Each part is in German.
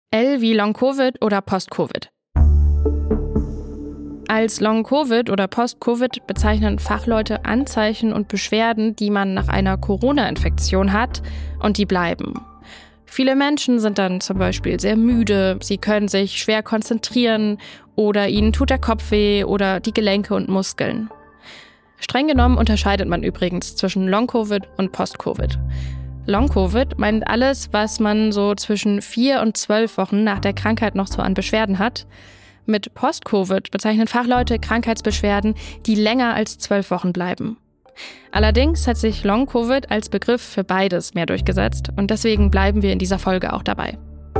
L wie Long-Covid oder Post-Covid. Als Long-Covid oder Post-Covid bezeichnen Fachleute Anzeichen und Beschwerden, die man nach einer Corona-Infektion hat, und die bleiben. Viele Menschen sind dann zum Beispiel sehr müde, sie können sich schwer konzentrieren oder ihnen tut der Kopf weh oder die Gelenke und Muskeln. Streng genommen unterscheidet man übrigens zwischen Long-Covid und Post-Covid. Long-Covid meint alles, was man so zwischen 4 und 12 Wochen nach der Krankheit noch so an Beschwerden hat. Mit Post-Covid bezeichnen Fachleute Krankheitsbeschwerden, die länger als 12 Wochen bleiben. Allerdings hat sich Long-Covid als Begriff für beides mehr durchgesetzt und deswegen bleiben wir in dieser Folge auch dabei.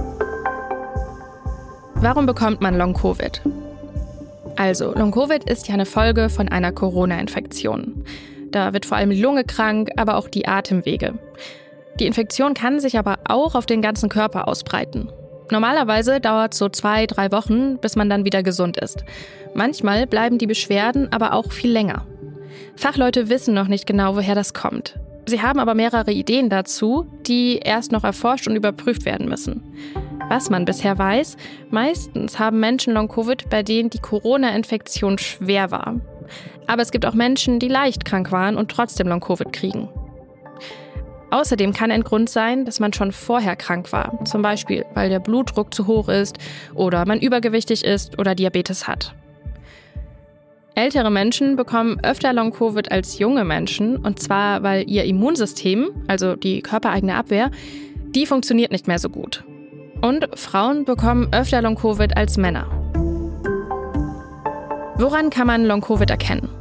Warum bekommt man Long-Covid? Also, Long-Covid ist ja eine Folge von einer Corona-Infektion. Da wird vor allem die Lunge krank, aber auch die Atemwege. Die Infektion kann sich aber auch auf den ganzen Körper ausbreiten. Normalerweise dauert es so 2-3 Wochen, bis man dann wieder gesund ist. Manchmal bleiben die Beschwerden aber auch viel länger. Fachleute wissen noch nicht genau, woher das kommt. Sie haben aber mehrere Ideen dazu, die erst noch erforscht und überprüft werden müssen. Was man bisher weiß, meistens haben Menschen Long-Covid, bei denen die Corona-Infektion schwer war. Aber es gibt auch Menschen, die leicht krank waren und trotzdem Long-Covid kriegen. Außerdem kann ein Grund sein, dass man schon vorher krank war. Zum Beispiel, weil der Blutdruck zu hoch ist oder man übergewichtig ist oder Diabetes hat. Ältere Menschen bekommen öfter Long-Covid als junge Menschen, und zwar, weil ihr Immunsystem, also die körpereigene Abwehr, die funktioniert nicht mehr so gut. Und Frauen bekommen öfter Long-Covid als Männer. Woran kann man Long-Covid erkennen?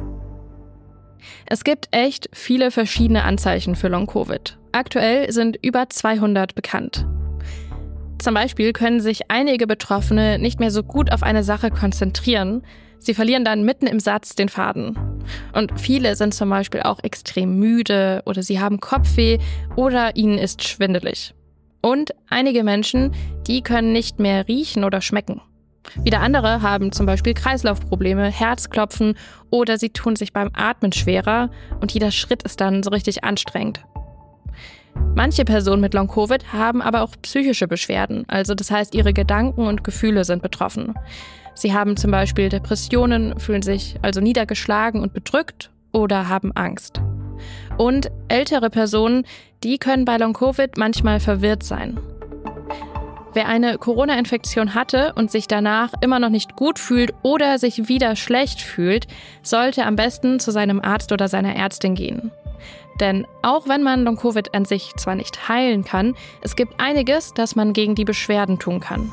Es gibt echt viele verschiedene Anzeichen für Long-Covid. Aktuell sind über 200 bekannt. Zum Beispiel können sich einige Betroffene nicht mehr so gut auf eine Sache konzentrieren. Sie verlieren dann mitten im Satz den Faden. Und viele sind zum Beispiel auch extrem müde oder sie haben Kopfweh oder ihnen ist schwindelig. Und einige Menschen, die können nicht mehr riechen oder schmecken. Wieder andere haben zum Beispiel Kreislaufprobleme, Herzklopfen oder sie tun sich beim Atmen schwerer und jeder Schritt ist dann so richtig anstrengend. Manche Personen mit Long-Covid haben aber auch psychische Beschwerden, also das heißt, ihre Gedanken und Gefühle sind betroffen. Sie haben zum Beispiel Depressionen, fühlen sich also niedergeschlagen und bedrückt oder haben Angst. Und ältere Personen, die können bei Long-Covid manchmal verwirrt sein. Wer eine Corona-Infektion hatte und sich danach immer noch nicht gut fühlt oder sich wieder schlecht fühlt, sollte am besten zu seinem Arzt oder seiner Ärztin gehen. Denn auch wenn man Long-Covid an sich zwar nicht heilen kann, es gibt einiges, das man gegen die Beschwerden tun kann.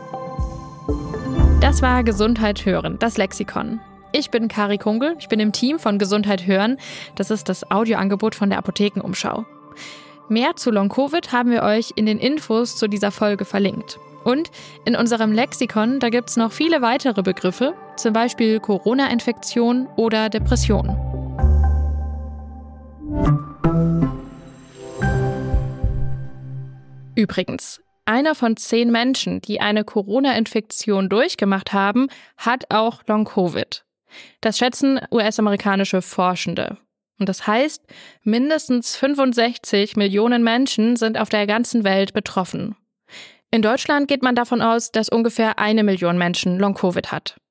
Das war Gesundheit hören, das Lexikon. Ich bin Kari Kungel, ich bin im Team von Gesundheit hören. Das ist das Audioangebot von der Apothekenumschau. Mehr zu Long-Covid haben wir euch in den Infos zu dieser Folge verlinkt. Und in unserem Lexikon, da gibt es noch viele weitere Begriffe, zum Beispiel Corona-Infektion oder Depression. Übrigens, einer von 10 Menschen, die eine Corona-Infektion durchgemacht haben, hat auch Long-Covid. Das schätzen US-amerikanische Forschende. Und das heißt, mindestens 65 Millionen Menschen sind auf der ganzen Welt betroffen. In Deutschland geht man davon aus, dass ungefähr 1 Million Menschen Long-Covid hat.